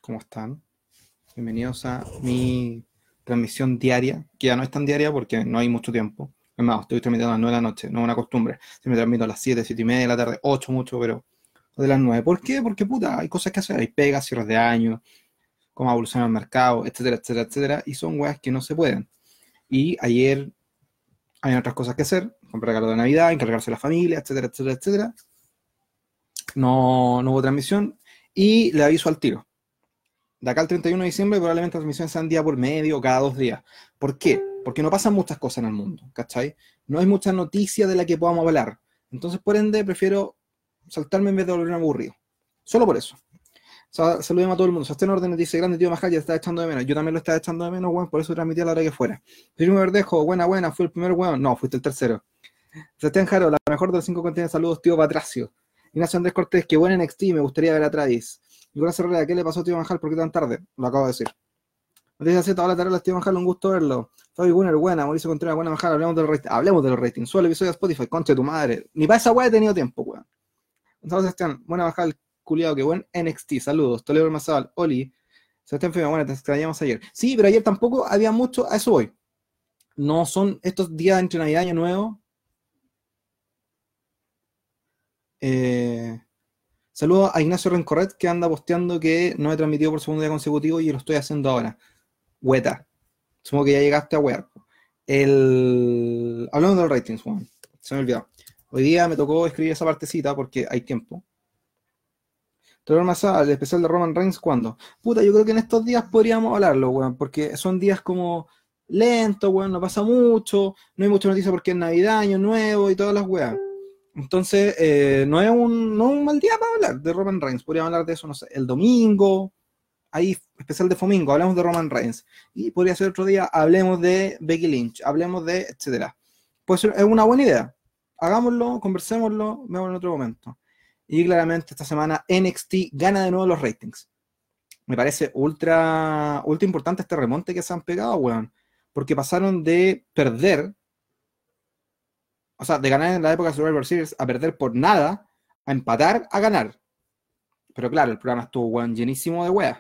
¿Cómo están? Bienvenidos a mi transmisión diaria, que ya no es tan diaria porque no hay mucho tiempo. Es más, estoy transmitiendo a las 9 de la noche, no es una costumbre. Se me transmito a las 7, 7 y media de la tarde, 8 mucho, pero de las 9. ¿Por qué? Porque puta, hay cosas que hacer, hay pegas, cierres de año, cómo evoluciona el mercado, etcétera, etcétera, etcétera, y son weas que no se pueden. Y ayer hay otras cosas que hacer, comprar regalo de Navidad, encargarse de la familia, etcétera, etcétera, etcétera. No hubo transmisión y le aviso al tiro. De acá al 31 de diciembre probablemente las transmisiones sean día por medio o cada 2 días. ¿Por qué? Porque no pasan muchas cosas en el mundo, ¿cachai? No hay mucha noticia de la que podamos hablar. Entonces, por ende, prefiero saltarme en vez de volverme aburrido. Solo por eso. Saludemos a todo el mundo. Sebastián Orden dice, grande tío Majal, ya está echando de menos. Yo también lo estaba echando de menos, weón, por eso transmití a la hora que fuera. Primo Verdejo, buena, fue el primer weón. No, fuiste el tercero. Sebastián Jaro, la mejor de los 5 continentes. Saludos, tío Patracio. Ignacio Andrés Cortés, que buen NXT, me gustaría ver a Travis. Nicolás Herrera, ¿qué le pasó a tío Manjal? ¿Por qué tan tarde? Lo acabo de decir. Noticias Z, hola Tarolas, tío Manjal, un gusto verlo. Fabi Gunner, buena. Mauricio Contreras, buena Manjal, hablemos de los ratings. Sube el episodio de Spotify, concha de tu madre. Ni para esa weá he tenido tiempo, weón. Gonzalo Sebastián, buena Manjal, culiado, que buen NXT, saludos. Toledo Mazal, Oli. Sebastián Fima, buena, te extrañamos ayer. Sí, pero ayer tampoco había mucho, a eso voy. No son estos días entre Navidad y Año Nuevo. Saludos a Ignacio Rencorret, que anda posteando que no he transmitido por segundo día consecutivo y lo estoy haciendo ahora. Hueta. Supongo que ya llegaste a wear. Hablando de los ratings, Juan. Se me olvidó. Hoy día me tocó escribir esa partecita porque hay tiempo. Trevor Massa, el especial de Roman Reigns, ¿cuándo? Puta, yo creo que en estos días podríamos hablarlo, weón, porque son días como lentos, weón, no pasa mucho, no hay mucha noticia porque es Navidad, Año Nuevo y todas las weas. Entonces, no es un mal día para hablar de Roman Reigns. Podríamos hablar de eso, no sé, el domingo. Hay especial de Fomingo, hablemos de Roman Reigns. Y podría ser otro día, hablemos de Becky Lynch, hablemos de etcétera. Pues es una buena idea. Hagámoslo, conversémoslo, veamos en otro momento. Y claramente esta semana NXT gana de nuevo los ratings. Me parece ultra importante este remonte que se han pegado, weón. Porque pasaron de perder, o sea, de ganar en la época de Survivor Series a perder por nada, a empatar, a ganar. Pero claro, el programa estuvo, weón, llenísimo de weas.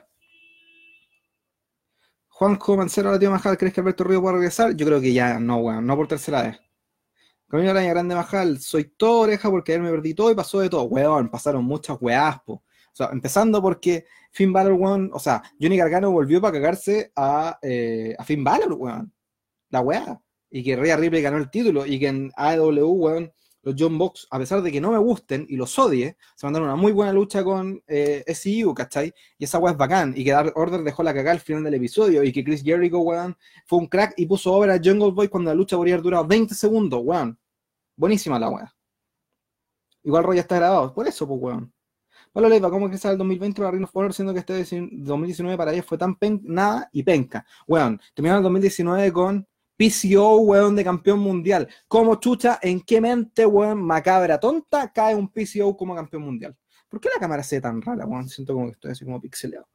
Juanjo Mancero, la tío Majal, ¿crees que Alberto Río puede regresar? Yo creo que ya no, weón, no por tercera vez. Camino Araña Grande Majal, soy todo oreja porque ayer me perdí todo y pasó de todo. Weón, pasaron muchas weas, po. O sea, empezando porque Finn Balor, weón, o sea, Johnny Gargano volvió para cagarse a Finn Balor, weón. La wea. Y que Rhea Ripley ganó el título y que en AEW, weón, los John Box, a pesar de que no me gusten y los odie, se mandaron una muy buena lucha con SCU, ¿cachai? Y esa weá es bacán. Y que Dark Order dejó la cagada al final del episodio. Y que Chris Jericho, weón, fue un crack y puso over a Jungle Boy cuando la lucha podría haber durado 20 segundos, weón. Buenísima la weá. Igual Roy ya está grabado. Por eso, pues, weón. Pablo Leiva, ¿cómo que sale el 2020 para Ring of Honor siendo que este 2019 para ellos fue tan nada y penca? Weón, terminaron el 2019 con PCO, weón, de campeón mundial. ¿Cómo chucha, en qué mente, weón, macabra, tonta, cae un PCO como campeón mundial? ¿Por qué la cámara se ve tan rara, weón? Siento como que estoy así como pixeleado.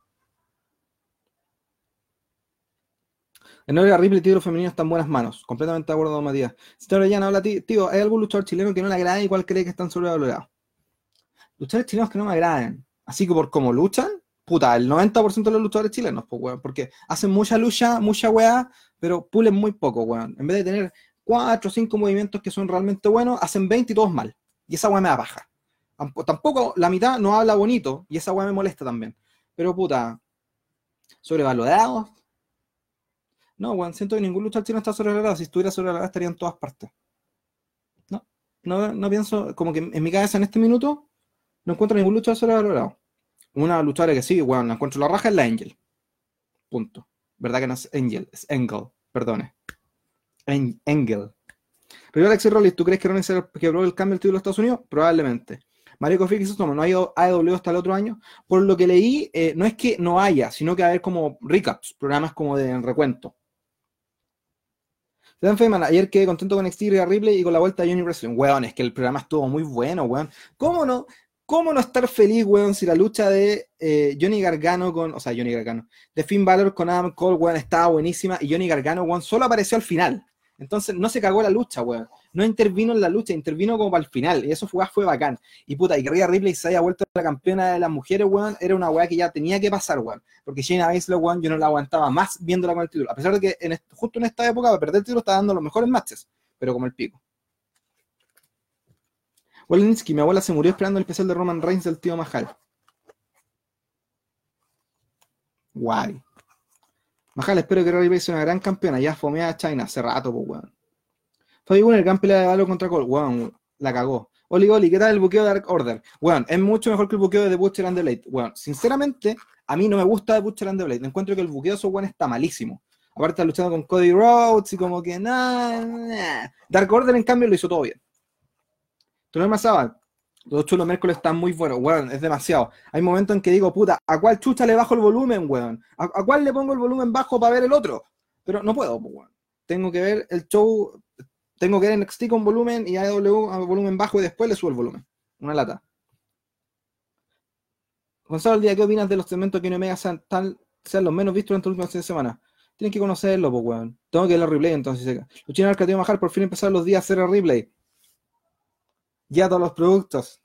El novio de Ripley, título femenino, está en buenas manos. Completamente de acuerdo con Matías. Señora Llana, habla, tío, ¿hay algún luchador chileno que no le agrade y cuál cree que están sobrevalorados? Luchadores chilenos que no me agraden. Así que por cómo luchan, puta, el 90% de los luchadores chilenos, pues, weón, porque hacen mucha lucha, mucha weá, pero pulen muy poco, weón. En vez de tener 4 o 5 movimientos que son realmente buenos, hacen 20 y todos mal. Y esa weá me da paja. Tampoco la mitad no habla bonito, y esa weá me molesta también. Pero puta, sobrevalorados. No, weón, siento que ningún luchador chileno está sobrevalorado. Si estuviera sobrevalorado estaría en todas partes. No pienso, como que en mi cabeza en este minuto, no encuentro ningún luchador sobrevalorado. Una luchadora que sí, bueno, la encuentro la raja es la Angel. Punto. ¿Verdad que no es Angel? Es Engel, perdone. Engel. Pero Alexis Rollis, ¿tú crees que Ronnie se quebró el cambio del título de Estados Unidos? Probablemente. Mario Fix no ha ido a AEW hasta el otro año. Por lo que leí, no es que no haya, sino que va a haber como recaps, programas como de recuento. Dan Feynman, ayer quedé contento con NXT y Ripley y con la vuelta de Johnny Wrestling. Weón, es que el programa estuvo muy bueno, weón. ¿Cómo no estar feliz, weón, si la lucha de Johnny Gargano de Finn Balor con Adam Cole, weón, estaba buenísima y Johnny Gargano, weón, solo apareció al final. Entonces no se cagó la lucha, weón. No intervino en la lucha, intervino como para el final. Y eso fue bacán. Y puta, y que Rhea Ripley se haya vuelto la campeona de las mujeres, weón, era una weá que ya tenía que pasar, weón. Porque Shayna Baszler, weón, yo no la aguantaba más viéndola con el título. A pesar de que justo en esta época, para perder el título, está dando los mejores matches. Pero como el pico. Walensky, mi abuela se murió esperando el especial de Roman Reigns del tío Mahal. Guay. Mahal, espero que Rhea Ripley sea una gran campeona. Ya fomea a China hace rato, pues, weón. Fabi Gunner, gran pelea de Balor contra Cole. Weón, la cagó. Oli, ¿qué tal el buqueo de Dark Order? Weón, es mucho mejor que el buqueo de The Butcher and the Blade. Weón, sinceramente, a mí no me gusta The Butcher and the Blade. Encuentro que el buqueo de esos weón está malísimo. Aparte está luchando con Cody Rhodes y como que nah. Dark Order, en cambio, lo hizo todo bien. Tú no sabes. Los chulos miércoles están muy buenos, weón, es demasiado. Hay momentos en que digo, puta, ¿a cuál chucha le bajo el volumen, weón? ¿A cuál le pongo el volumen bajo para ver el otro? Pero no puedo, weón. Tengo que ver el show, tengo que ver NXT con volumen y AEW a volumen bajo y después le subo el volumen. Una lata. Gonzalo, el día, ¿qué opinas de los segmentos que no Omega sean los menos vistos durante las últimas 6 semanas? Tienen que conocerlo, pues, weón. Tengo que ver la replay entonces. Luchina Arcateo Majar, por fin empezaron los días a hacer el replay. Ya todos los productos.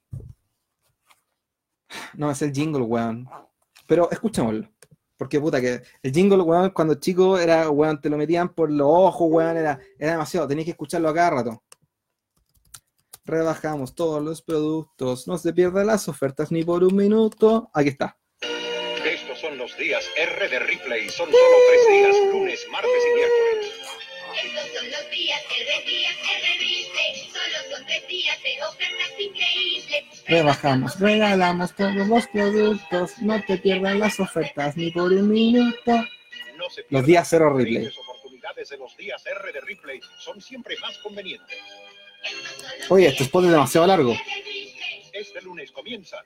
No, es el jingle, weón. Pero escuchémoslo. Porque puta que el jingle, weón, cuando chico era, weón, te lo metían por los ojos, weón, era demasiado. Tenías que escucharlo a cada rato. Rebajamos todos los productos. No se pierdan las ofertas ni por un minuto. Aquí está. Estos son los días R de Ripley. Son solo 3 días, lunes, martes y miércoles. Estos son los días R Ripley. Solo son 3 días de ofertas increíbles. Rebajamos, regalamos todos los productos. No te pierdas las ofertas ni por un minuto. No se Los días cero Ripley. Las oportunidades de los días R de Ripley son siempre más convenientes. Oye, este spot es demasiado largo. Este lunes comienza.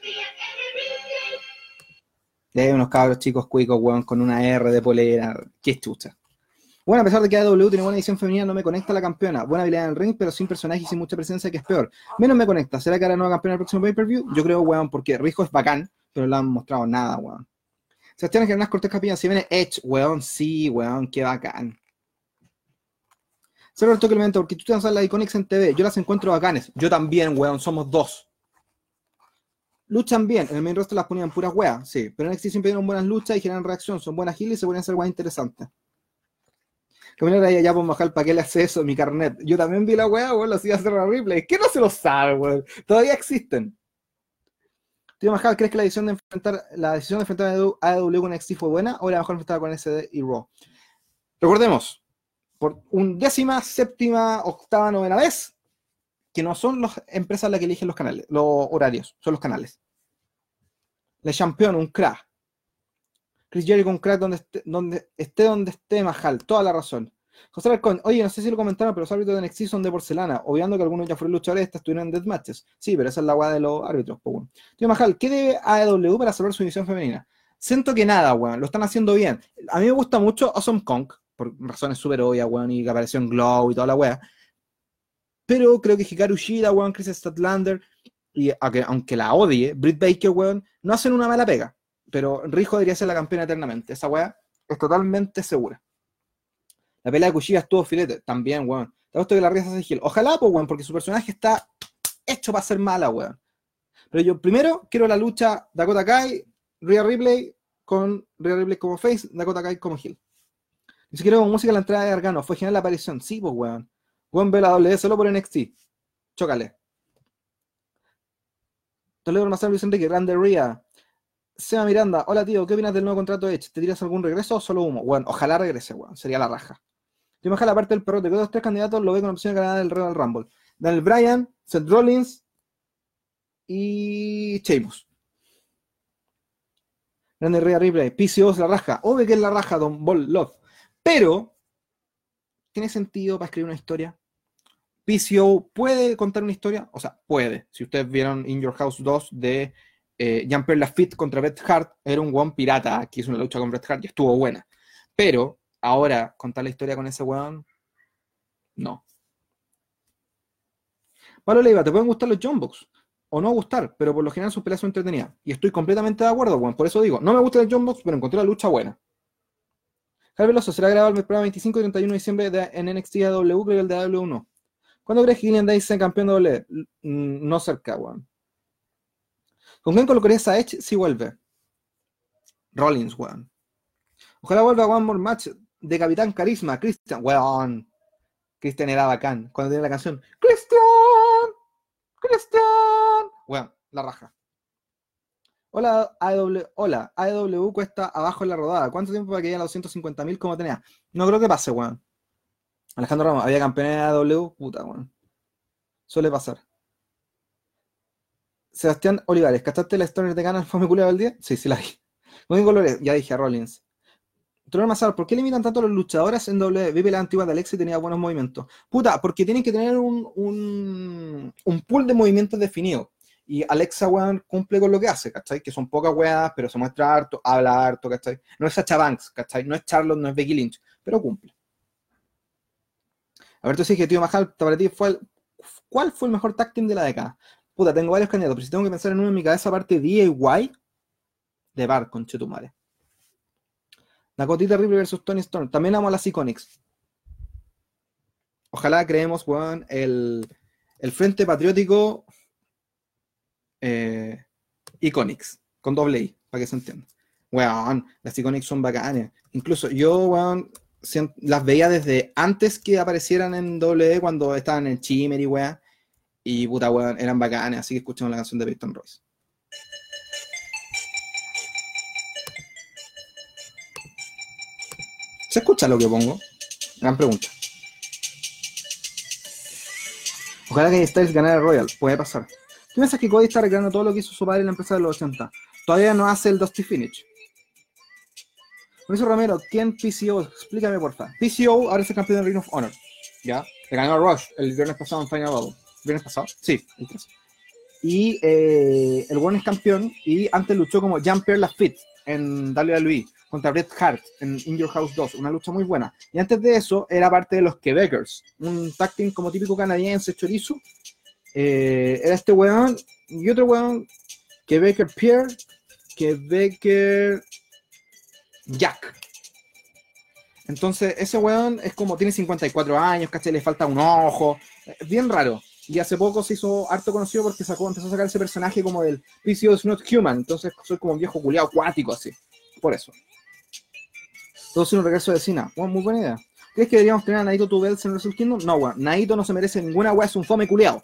De unos cabros chicos cuicos, weón, con una R de polera. Qué chucha. Bueno, a pesar de que AEW tiene buena edición femenina, no me conecta la campeona. Buena habilidad en el ring, pero sin personaje y sin mucha presencia, que es peor. Menos me conecta. ¿Será que hará nueva campeona el próximo pay-per-view? Yo creo, weón, porque Rijo es bacán, pero no le han mostrado nada, weón. Sebastián Germán Cortés Capilla, si viene Edge, weón, sí, weón, qué bacán. Solo Roberto Clemente, porque tú te lanzas las Iconics en TV, yo las encuentro bacanes. Yo también, weón, somos dos. Luchan bien, en el main roster las ponían puras weas, sí, pero en NXT siempre dieron buenas luchas y generan reacción, son buenas heals y se pueden hacer weas interesantes. Camila ya por bajar, ¿para qué le hace eso? Mi carnet. Yo también vi la wea, weón, los iba a hacer a Ripley. ¿Qué no se lo sabe, weón? Todavía existen. Tío Majal, ¿crees que la decisión de enfrentar a AEW con NXT fue buena o era mejor enfrentar con SD y Raw? Recordemos, por 17ª, 8ª, 9ª vez, que no son las empresas las que eligen los canales, los horarios, son los canales. Le Champion, un crack. Chris Jericho, un crack donde esté Mahal, toda la razón. José Alarcón, oye, no sé si lo comentaron, pero los árbitros de NXT son de porcelana, obviando que algunos ya fueron luchadores, estuvieron en deathmatches. Sí, pero esa es la guada de los árbitros, pues, bueno. Tío Mahal, ¿qué debe AEW para salvar su división femenina? Siento que nada, weón, lo están haciendo bien. A mí me gusta mucho Awesome Kong, por razones súper obvias, weón, y que apareció en Glow y toda la wea. Pero creo que Hikaru Shida, weón, Chris Statlander, y aunque la odie, Britt Baker, weón, no hacen una mala pega. Pero Rijo debería ser la campeona eternamente. Esa weá es totalmente segura. La pelea de Kushida estuvo filete. También, weón. Te gusta que la Rhea se hace heel. Ojalá, pues, weón, porque su personaje está hecho para ser mala, weón. Pero yo primero quiero la lucha Dakota Kai, Rhea Ripley con Rhea Ripley como face, Dakota Kai como heel. Ni siquiera con música en la entrada de Gargano. Fue genial la aparición. Sí, pues, weón. Weón ve la W solo por NXT. Chócale. Toledo Marcelo Luis Enrique, grande Rhea. Seba Miranda, hola tío, ¿qué opinas del nuevo contrato de Edge? ¿Te tiras algún regreso o solo humo? Bueno, ojalá regrese, weón, sería la raja. Yo me la parte del perrote, que los 3 candidatos lo ve con opción de ganar el Royal Rumble. Daniel Bryan, Seth Rollins y Sheamus. Grande Rhea Ripley, PCO es la raja. Obvio que es la raja, Don Ball Love. Pero, ¿tiene sentido para escribir una historia? PCO puede contar una historia, o sea, puede. Si ustedes vieron In Your House 2 de Jean-Pierre Lafitte contra Bret Hart, era un weón pirata que hizo una lucha con Bret Hart y estuvo buena. Pero ahora, contar la historia con ese weón, no. Pablo Leiva, te pueden gustar los John Box o no gustar, pero por lo general sus peleas son entretenidas. Y estoy completamente de acuerdo, weón. Por eso digo, no me gusta el John Box, pero encontré la lucha buena. Javier Veloso, será grabado el programa 25 y 31 de diciembre en NXT AW, creo que el de AW no. ¿Cuándo crees que Killian Dain sea campeón de WWE? No cerca, weón. ¿Con quién colocarías a Edge si vuelve? Rollins, weón. Ojalá vuelva One More Match de Capitán Carisma, Christian, weón. Christian era bacán cuando tenía la canción Christian, weón, la raja. Hola AEW cuesta abajo en la rodada. ¿Cuánto tiempo para que lleguen a los 250.000 como tenía? No creo que pase, weón. Alejandro Ramos, había campeones de AEW, puta, weón. Suele pasar. Sebastián Olivares, ¿cachaste la Stoner de Ganas fue mi culo del día? Sí, la vi. Muy colores, ya dije a Rollins. Trono Mazar, ¿por qué limitan tanto a los luchadores en WWE? Vive la antigua de Alexa y tenía buenos movimientos. Puta, porque tienen que tener un pool de movimientos definido. Y Alexa, weón, cumple con lo que hace, ¿cachai? Que son pocas weas, pero se muestra harto, habla harto, ¿cachai? No es Sacha Banks, ¿cachai? No es Charlotte, no es Becky Lynch, pero cumple. Alberto sí que tío Mahal, para ti ¿cuál fue el mejor tag team de la década? Puta, tengo varios candidatos, pero si tengo que pensar en uno en mi cabeza, aparte de DIY, de Bar, con Chetumare. Dakota Ripley versus Tony Storm. También amo a las Iconics. Ojalá creemos, weón, el Frente Patriótico Iconics, con doble I, para que se entienda. Weón, las Iconics son bacanas. Incluso yo, weón, las veía desde antes que aparecieran en WWE, cuando estaban en Chimera y weón. Y puta, weón, eran bacanas. Así que escuchamos la canción de Peyton Royce. ¿Se escucha lo que pongo? Gran pregunta. Ojalá que Styles ganara el Royal. Puede pasar. ¿Qué piensas que Cody está recreando todo lo que hizo su padre en la empresa de los 80? Todavía no hace el Dusty Finish. Mauricio Romero, ¿quién PCO? Explícame, porfa. PCO ahora es el campeón de Ring of Honor. ¿Ya? Le ganó a Rush el viernes pasado en Final Battle. ¿Viernes pasado? Sí, el 13. Y el One es campeón y antes luchó como Jean-Pierre Lafitte en WWE contra Bret Hart en In Your House 2, una lucha muy buena. Y antes de eso era parte de los Quebecers, un tag team como típico canadiense, chorizo. Era este weón y otro weón, Quebecer Pierre, Quebecer Jack. Entonces ese weón es como, tiene 54 años, ¿cachai? Le falta un ojo, bien raro. Y hace poco se hizo harto conocido porque empezó a sacar ese personaje como del PCO is not human. Entonces soy como un viejo culiado acuático así. Por eso. Todo sin un regreso de Cena. Bueno, muy buena idea. ¿Crees que deberíamos tener a Naito Tubels en Wrestle Kingdom? No, weón. Naito no se merece ninguna weá, es un fome culiado.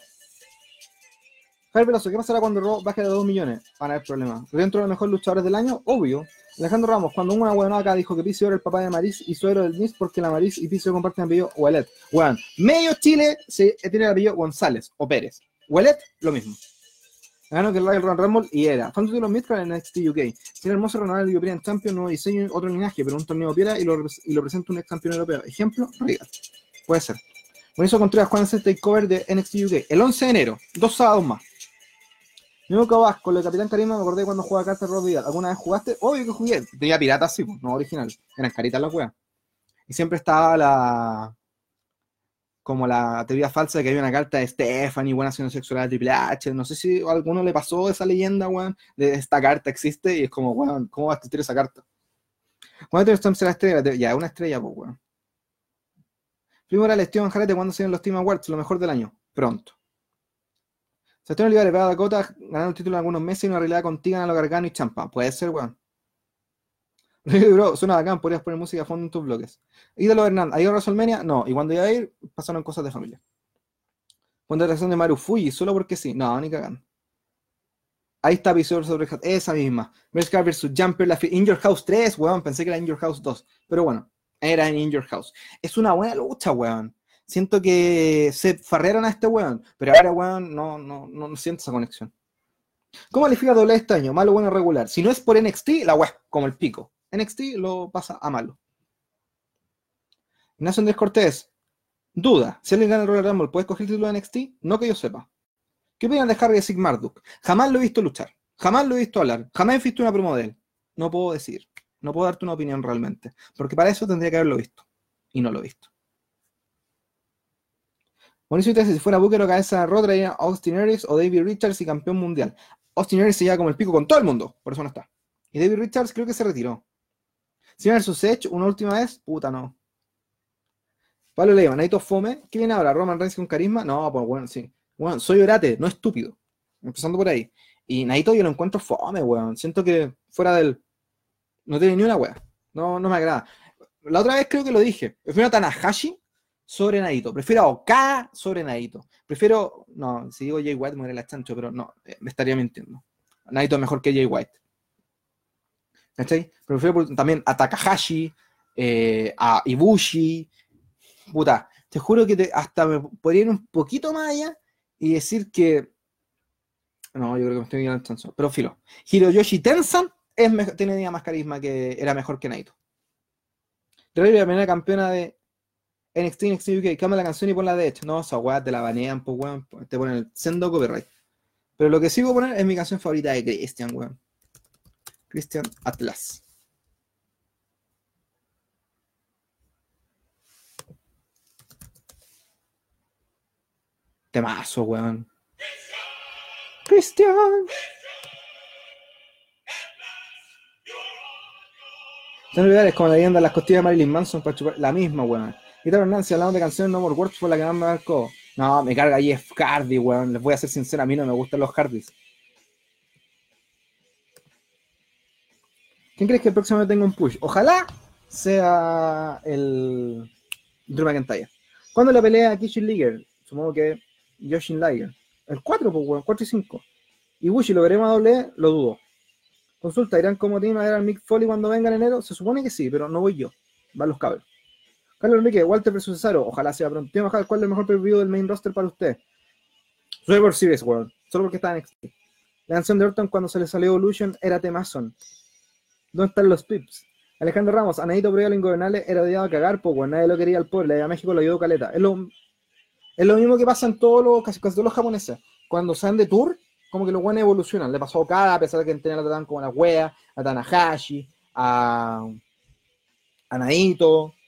Javier Veloso, ¿qué pasará cuando Raw baje de 2 millones? Para el problema. ¿Dentro de los mejores luchadores del año? Obvio. Alejandro Ramos, cuando una weón acá dijo que PCO era el papá de Maris y suegro del Miz porque la Maris y PCO comparten el apellido Ouellet. Weón, medio Chile tiene el apellido González o Pérez. Ouellet, lo mismo. Ganó que el Royal Rumble y era. ¿Cuánto de los Midcard en NXT UK? Sería hermoso renovar el European Champion, nuevo diseño, otro linaje, pero un torneo piedra y lo presenta un ex campeón europeo. Ejemplo, Regal. Puede ser. Con eso Contreras, ¿cuándo es el takeover de NXT UK? El 11 de enero, 2 sábados más. Nuevo Cabas, con el Capitán Carisma me acordé cuando jugaba cartas Rod Vidal. ¿Alguna vez jugaste? Obvio que jugué. Tenía piratas, sí, no original. Eran caritas las weas. Y siempre estaba como la teoría falsa de que había una carta de Stephanie, buena acción sexual de Triple H. No sé si a alguno le pasó esa leyenda, weón, de esta carta existe y es como, weón, ¿cómo va a existir esa carta? ¿Cuándo Storm será estrella? Ya, una estrella, pues, weón. Primero el Steven Jarrete, ¿cuándo se ven los Team Awards? Lo mejor del año. Pronto. Sebastián Olivares, va a Dakota, ganando el título en algunos meses y una realidad con Tigan, Lo Gargano y Champa. Puede ser, weón. Bro, suena bacán, podrías poner música a fondo en tus bloques. Ídolo Hernán, ¿ha ido a WrestleMania? No, y cuando iba a ir, pasaron cosas de familia. Contratación de Maru Fuji, solo porque sí. No, ni cagando. Ahí está Visor sobre esa misma. Mercer vs. Jumper, la In Your House 3, weón. Pensé que era In Your House 2. Pero bueno, era en In Your House. Es una buena lucha, weón. Siento que se farrearon a este weón. Pero ahora, weón, no siento esa conexión. ¿Cómo califica doble este año? Malo, bueno, regular. Si no es por NXT, la weá, como el pico. NXT lo pasa a malo. Ignacio Andrés Cortés. Duda. Si alguien gana el Royal Rumble, ¿puede escoger el título de NXT? No que yo sepa. ¿Qué opinan de Harry de Sig Marduk? Jamás lo he visto luchar. Jamás lo he visto hablar. Jamás he visto una promo de él. No puedo decir. No puedo darte una opinión realmente. Porque para eso tendría que haberlo visto. Y no lo he visto. Mauricio dice, si fuera Booker o cabeza de Raw, traía Austin Aries o David Richards y campeón mundial. Austin Aries se lleva como el pico con todo el mundo. Por eso no está. Y David Richards creo que se retiró. Si versus Edge, una última vez, puta no. Pablo Leiva, Naito fome. ¿Qué viene ahora? ¿Roman Reigns con carisma? No, pues bueno, sí. Bueno, soy orate, no estúpido. Empezando por ahí. Y Naito yo lo encuentro fome, weón. Siento que fuera del. No tiene ni una wea. No, no me agrada. La otra vez creo que lo dije. Prefiero a Tanahashi sobre Naito. Prefiero a Okada sobre Naito. Prefiero. No, si digo Jay White me muere la chancho, pero no, me estaría mintiendo. Naito es mejor que Jay White. ¿Cachai? Prefiero también a Takahashi, a Ibushi. Puta, te juro que hasta me podría ir un poquito más allá y decir que. No, yo creo que me estoy viendo el chanzo. Pero filo. Hiroyoshi Tenzan tenía más carisma, que era mejor que Naito. Rey, la primera campeona de NXT UK, cambia la canción y pon la de Edge. No, esa weá te la banean, pues weón. Te ponen el sendo copyright. Pero lo que sí voy a poner es mi canción favorita de Christian, weón. Christian Atlas. Temazo, weón. Christian. Son lugares como la leyenda de las costillas de Marilyn Manson para chupar. La misma, weón. Guitarra Nancy, hablando de canciones No More Words, fue la que más me marcó. No, me carga Jeff Hardy, weón. Les voy a ser sincero, a mí no me gustan los Hardys. ¿Quién crees que el próximo tenga un push? Ojalá sea el Drew McIntyre. ¿Cuándo la pelea Kishin Liger? Supongo que Yoshin Liger. El 4, pues, weón, 4 y 5. Y Bushi, ¿lo veremos a doble? Lo dudo. Consulta, ¿irán como team a ver al Mick Foley cuando venga en enero? Se supone que sí, pero no voy yo. Van los cabros. Carlos Enrique, Walter vs Cesaro. Ojalá sea pronto. Tío Majal, ¿cuál es el mejor preview del main roster para usted? Survivor Series, weón. Solo porque está en NXT. La canción de Orton cuando se le salió Evolution era temazón. ¿Dónde están los pips? Alejandro Ramos, Anedito Proyalo Ingobernable era odiado a cagar, pues nadie lo quería al pobre, la de México lo ayudó caleta. Es lo mismo que pasa en casi todos los japoneses. Cuando salen de tour, como que los buenos evolucionan. Le pasó a Okada, a pesar de que en la tratan como la wea, a Tanahashi, a Naito.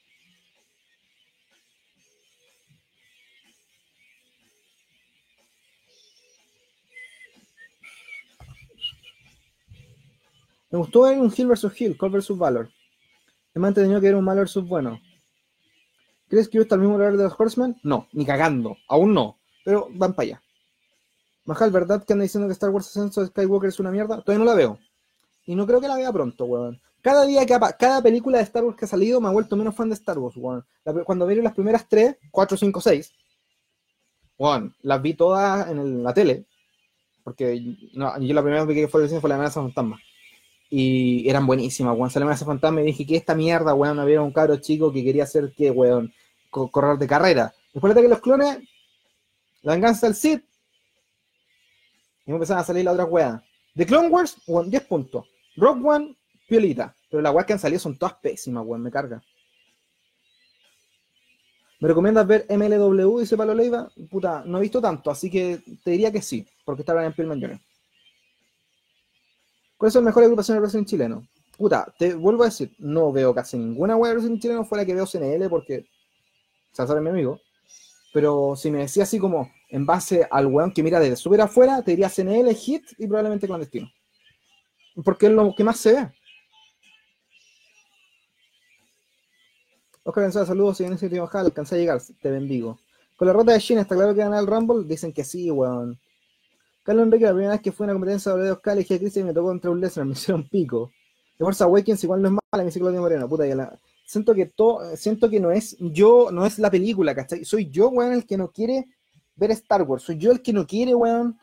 Me gustó ver un Hill vs Hill, Cole vs Valor. Es más entretenido que era un malo versus bueno. ¿Crees que está al mismo lugar de los Horsemen? No, ni cagando, aún no. Pero van para allá. Majal, ¿verdad que anda diciendo que Star Wars Ascenso de Skywalker es una mierda? Todavía no la veo. Y no creo que la vea pronto, weón. Cada película de Star Wars que ha salido me ha vuelto menos fan de Star Wars, weón. Cuando vi las primeras 3, 4, 5, 6, weón, las vi todas en la tele. Porque no, yo la primera vez que fue al cine fue La Amenaza Fantasma. Y eran buenísimas, weón. Salió La Amenaza Fantasma y dije, ¿qué esta mierda, weón? Había un cabro chico que quería hacer, ¿qué, weón? Correr de carrera. Después de que los clones, La Venganza del Sith, y me empezaron a salir las otras weas. The Clone Wars, weón, 10 puntos. Rogue One, piolita. Pero las weas que han salido son todas pésimas, weón, me carga. ¿Me recomiendas ver MLW? Dice Pablo Leiva. Puta, no he visto tanto, así que te diría que sí, porque está en Pillman Jr. ¿Cuáles son las mejores agrupaciones de wrestling chileno? Puta, te vuelvo a decir, no veo casi ninguna wea de wrestling chileno fuera que veo CNL, porque César es mi amigo. Pero si me decía así como en base al weón que mira desde súper afuera, te diría CNL, Hit y probablemente Clandestino. Porque es lo que más se ve. Oscar González, saludos, si vienes a bajar, alcancé a llegar, te bendigo. Con la rota de China, ¿está claro que gana el Rumble? Dicen que sí, weón. Carlos Enrique, la primera vez que fue a una competencia de Oscar, elegí a Cristian y me tocó contra un Lesnar, me hicieron pico. De Force Awakens igual no es mala, me dice Claudio Moreno, puta, siento que no es yo, no es la película, ¿cachai? Soy yo, weón, el que no quiere ver Star Wars, soy yo el que no quiere, weón,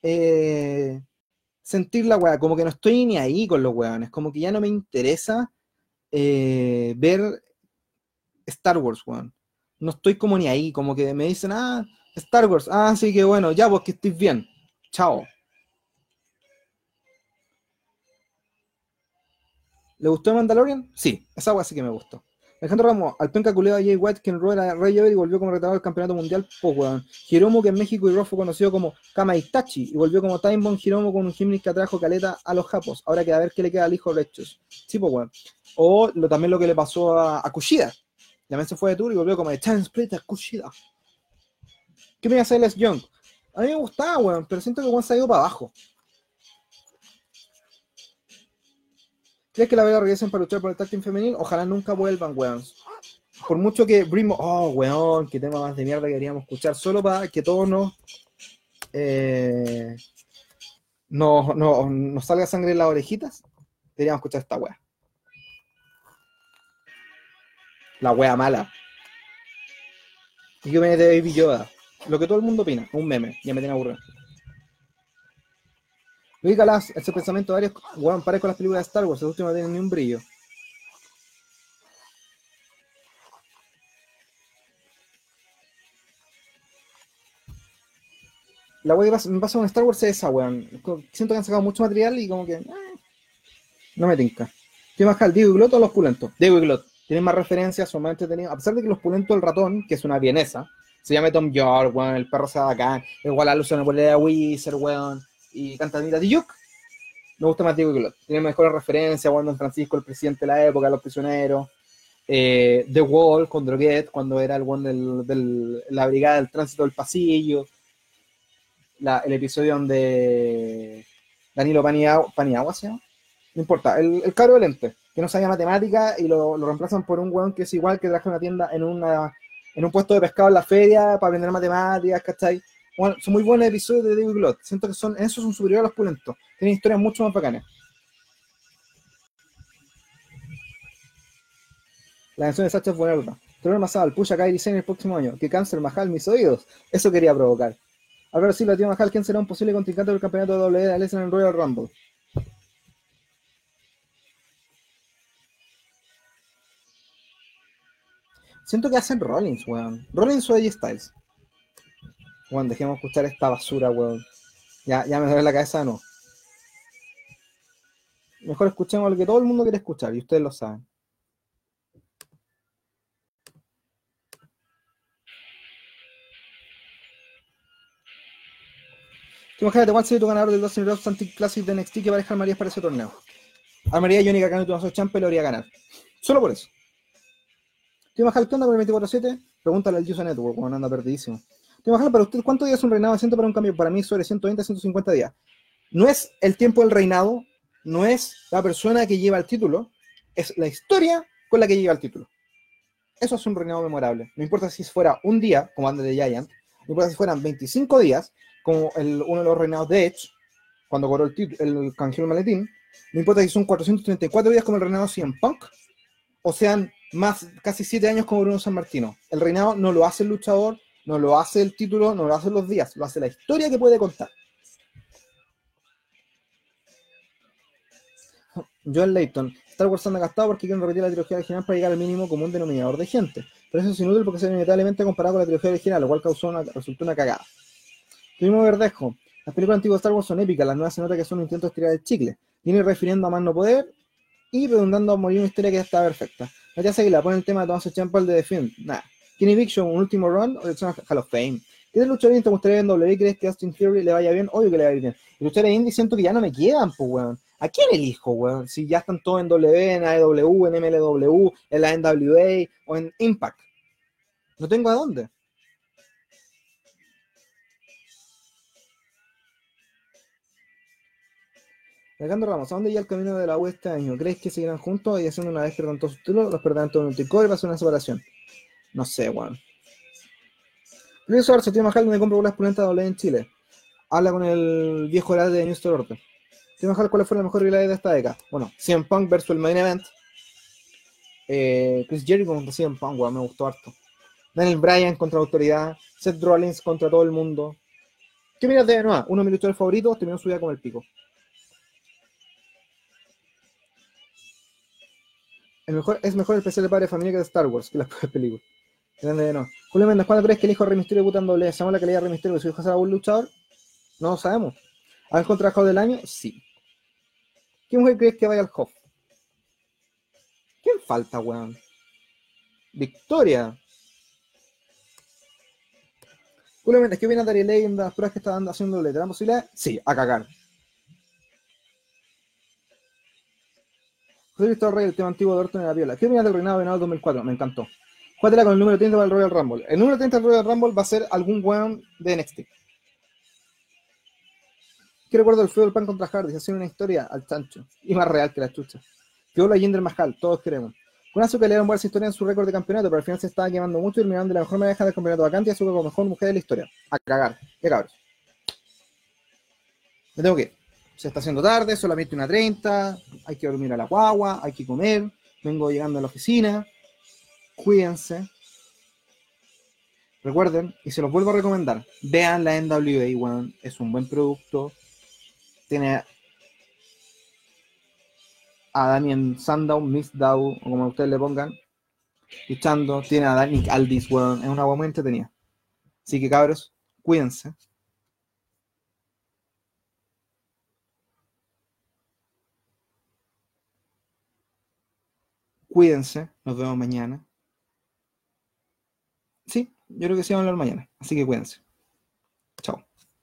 sentir la weá, como que no estoy ni ahí con los weones, como que ya no me interesa ver Star Wars, weón. No estoy como ni ahí, como que me dicen, Star Wars, sí, que bueno, ya, pues que estés bien. Chao. ¿Le gustó Mandalorian? Sí, esa weá sí que me gustó. Alejandro Ramos, al penca culeo a Jay White, que enroló a Rey Ever y volvió como retador del campeonato mundial, pues weón. Hiromu, que en México y Raw fue conocido como Kama Itachi, y volvió como Time Bomb Hiromu con un gimmick que atrajo caleta a los japos. Ahora queda a ver qué le queda al hijo Lechus. Sí, pues weón. O también lo que le pasó a Kushida. También se fue de tour y volvió como de Time Split a Kushida. ¿Qué me hace Les Young? A mí me gustaba, weón, pero siento que weón se ha ido para abajo. ¿Crees que la verdad regresen para luchar por el tag team femenil? Ojalá nunca vuelvan, weón. Por mucho que Brimo... Oh, weón, qué tema más de mierda queríamos escuchar. Solo para que todos nos salga sangre en las orejitas. Deberíamos escuchar esta wea. La wea mala. Y que viene de Baby Yoda. Lo que todo el mundo opina. Un meme. Ya me tiene aburrido. Ubícalas, ese pensamiento de varios, weón, pare con las películas de Star Wars, el último no tiene ni un brillo. La weá que me pasa con Star Wars es esa, weón. Siento que han sacado mucho material y como que... no me tinca. ¿Qué más, Diego y Glot o los pulentos? Diego y Glot. Tienen más referencias, son más entretenidos. A pesar de que los pulentos, el ratón, que es una vienesa, se llama Tom York, weón, el perro se da bacán, igual a Luciano vuelve a Wizard, weón, y canta Mira de Duke. Me gusta más Diego y Glot. Tiene mejores referencias, cuando Don Francisco, el presidente de la época, los prisioneros. The Wall con Droguet, cuando era el one la brigada del tránsito del pasillo. El episodio donde Danilo Paniagua, ¿se llama? No importa, el cabro de lente, que no sabía matemática y lo reemplazan por un weón que es igual, que trabaja en una tienda, en un puesto de pescado en la feria para aprender matemáticas, ¿cachai? Bueno, son muy buenos episodios de David Glot. Siento que esos son superiores a los pulentos. Tienen historias mucho más bacanas. La canción de Sacha es buena. Trevor Masal, Pusha Kairi Sen el próximo año. Que cáncer, Mahal, mis oídos. Eso quería provocar. Álvaro Silva, tío Mahal, ¿quién será un posible contrincante del campeonato de WWE en el Royal Rumble? Siento que hacen Rollins, weón. Rollins o AJ Styles. Weón, dejemos escuchar esta basura, weón. Ya me duele la cabeza, no. Mejor escuchemos lo que todo el mundo quiere escuchar, y ustedes lo saben. Imagínate cuál sería tu ganador del 12 Rock Antique Classic de NXT que va a dejar Marías para ese torneo. A María Johnny Gargano y Tommaso Ciampa lo haría ganar. Solo por eso. Tío Majal, ¿qué onda con el 24/7? Pregúntale al User Network, cuando anda perdidísimo. Tío Majal, para usted, ¿cuántos días es un reinado decente para un cambio? Para mí, sobre 120 a 150 días. No es el tiempo del reinado, no es la persona que lleva el título, es la historia con la que lleva el título. Eso es un reinado memorable. No importa si fuera un día, como anda de Giant, no importa si fueran 25 días, como uno de los reinados de Edge, cuando cobró el canjeo del maletín. No importa si son 434 días como el reinado de CM Punk, o sean más casi 7 años como Bruno Sammartino. El reinado no lo hace el luchador, no lo hace el título, no lo hacen los días, lo hace la historia que puede contar. Joel Layton, Star Wars anda gastado porque quieren repetir la trilogía original para llegar al mínimo común denominador de gente. Pero eso es inútil porque se ve inevitablemente comparado con la trilogía original, lo cual resultó una cagada. Tuvimos Verdejo. Las películas antiguas de Star Wars son épicas, las nuevas se nota que son un intento de estirar el chicle. Viene refiriendo a más no poder y redundando a morir una historia que ya está perfecta. Matías Aguilar pone el tema de Tommaso Ciampa de The Film. Nah. Kenny Big Show, un último run o dirección a Hall of Fame. ¿Qué de luchador te gustaría en WWE? ¿Crees que Austin Theory le vaya bien? Obvio que le va a ir bien. Y luchadores indie siento que ya no me quedan, pues, weón. ¿A quién elijo, weón? Si ya están todos en W, en AEW, en MLW, en la NWA o en Impact. No tengo a dónde. Alejandro Ramos, ¿a dónde iba el camino de la U este año? ¿Crees que seguirán juntos y haciendo una vez que perdan todos sus títulos, los perderán todos en un tricot y va a ser una separación? No sé, weón. Luis Suárez, tío Majal, donde compro bolas pulentas doble en Chile. Habla con el viejo edad de New Store Order. Tío Majal, ¿cuál fue la mejor rivalidad de esta década? Bueno, CM Punk versus el Main Event. Chris Jericho contra CM Punk, weón, me gustó harto. Daniel Bryan contra la autoridad. Seth Rollins contra todo el mundo. ¿Qué miras de nuevo? Uno de mis luchadores favoritos terminó su vida como el pico. Es mejor el especial de padre de familia que de Star Wars, que las propias películas. Grande de no. Julio Méndez, ¿cuándo crees que el hijo de Rey Mysterio debuta en doble? ¿Sabemos la calidad de Rey Mysterio que su hijo será un luchador? No lo sabemos. ¿Ha mejor trabajador del año? Sí. ¿Qué mujer crees que vaya al Hof? ¿Quién falta, weón? Victoria. Julio Méndez, ¿qué opinas de Ari Lane de las pruebas que está haciendo doble? ¿Te dan posibilidad? Sí, a cagar. José Cristóbal Rey, el tema antiguo de Orton en la viola. ¿Qué opinas del reinado de Venado 2004? Me encantó. Júgatela con el número 30 para el Royal Rumble. El número 30 del Royal Rumble va a ser algún weón de NXT. ¿Qué recuerdo del feudo del Pan contra Hardy? Se hace una historia al chancho. Y más real que la chucha. Piola Jinder Mahal, todos queremos. Con Asuka le dieron buena historia en su récord de campeonato, pero al final se estaba quemando mucho y terminaron de la mejor manera del campeonato vacante y Asuka como mejor mujer de la historia. A cagar. Qué cabros. Me tengo que ir. Se está haciendo tarde, solamente 1:30. Hay que dormir a la guagua, hay que comer. Vengo llegando a la oficina. Cuídense. Recuerden, y se los vuelvo a recomendar, vean la NWA, weón. Es un buen producto. Tiene a Damien Sandow, Miss Dow, o como ustedes le pongan, luchando. Tiene a Nick Aldis, weón. Es una buena entretenida. Así que cabros, cuídense. Cuídense. Nos vemos mañana. Sí, yo creo que sí vamos a hablar mañana. Así que cuídense.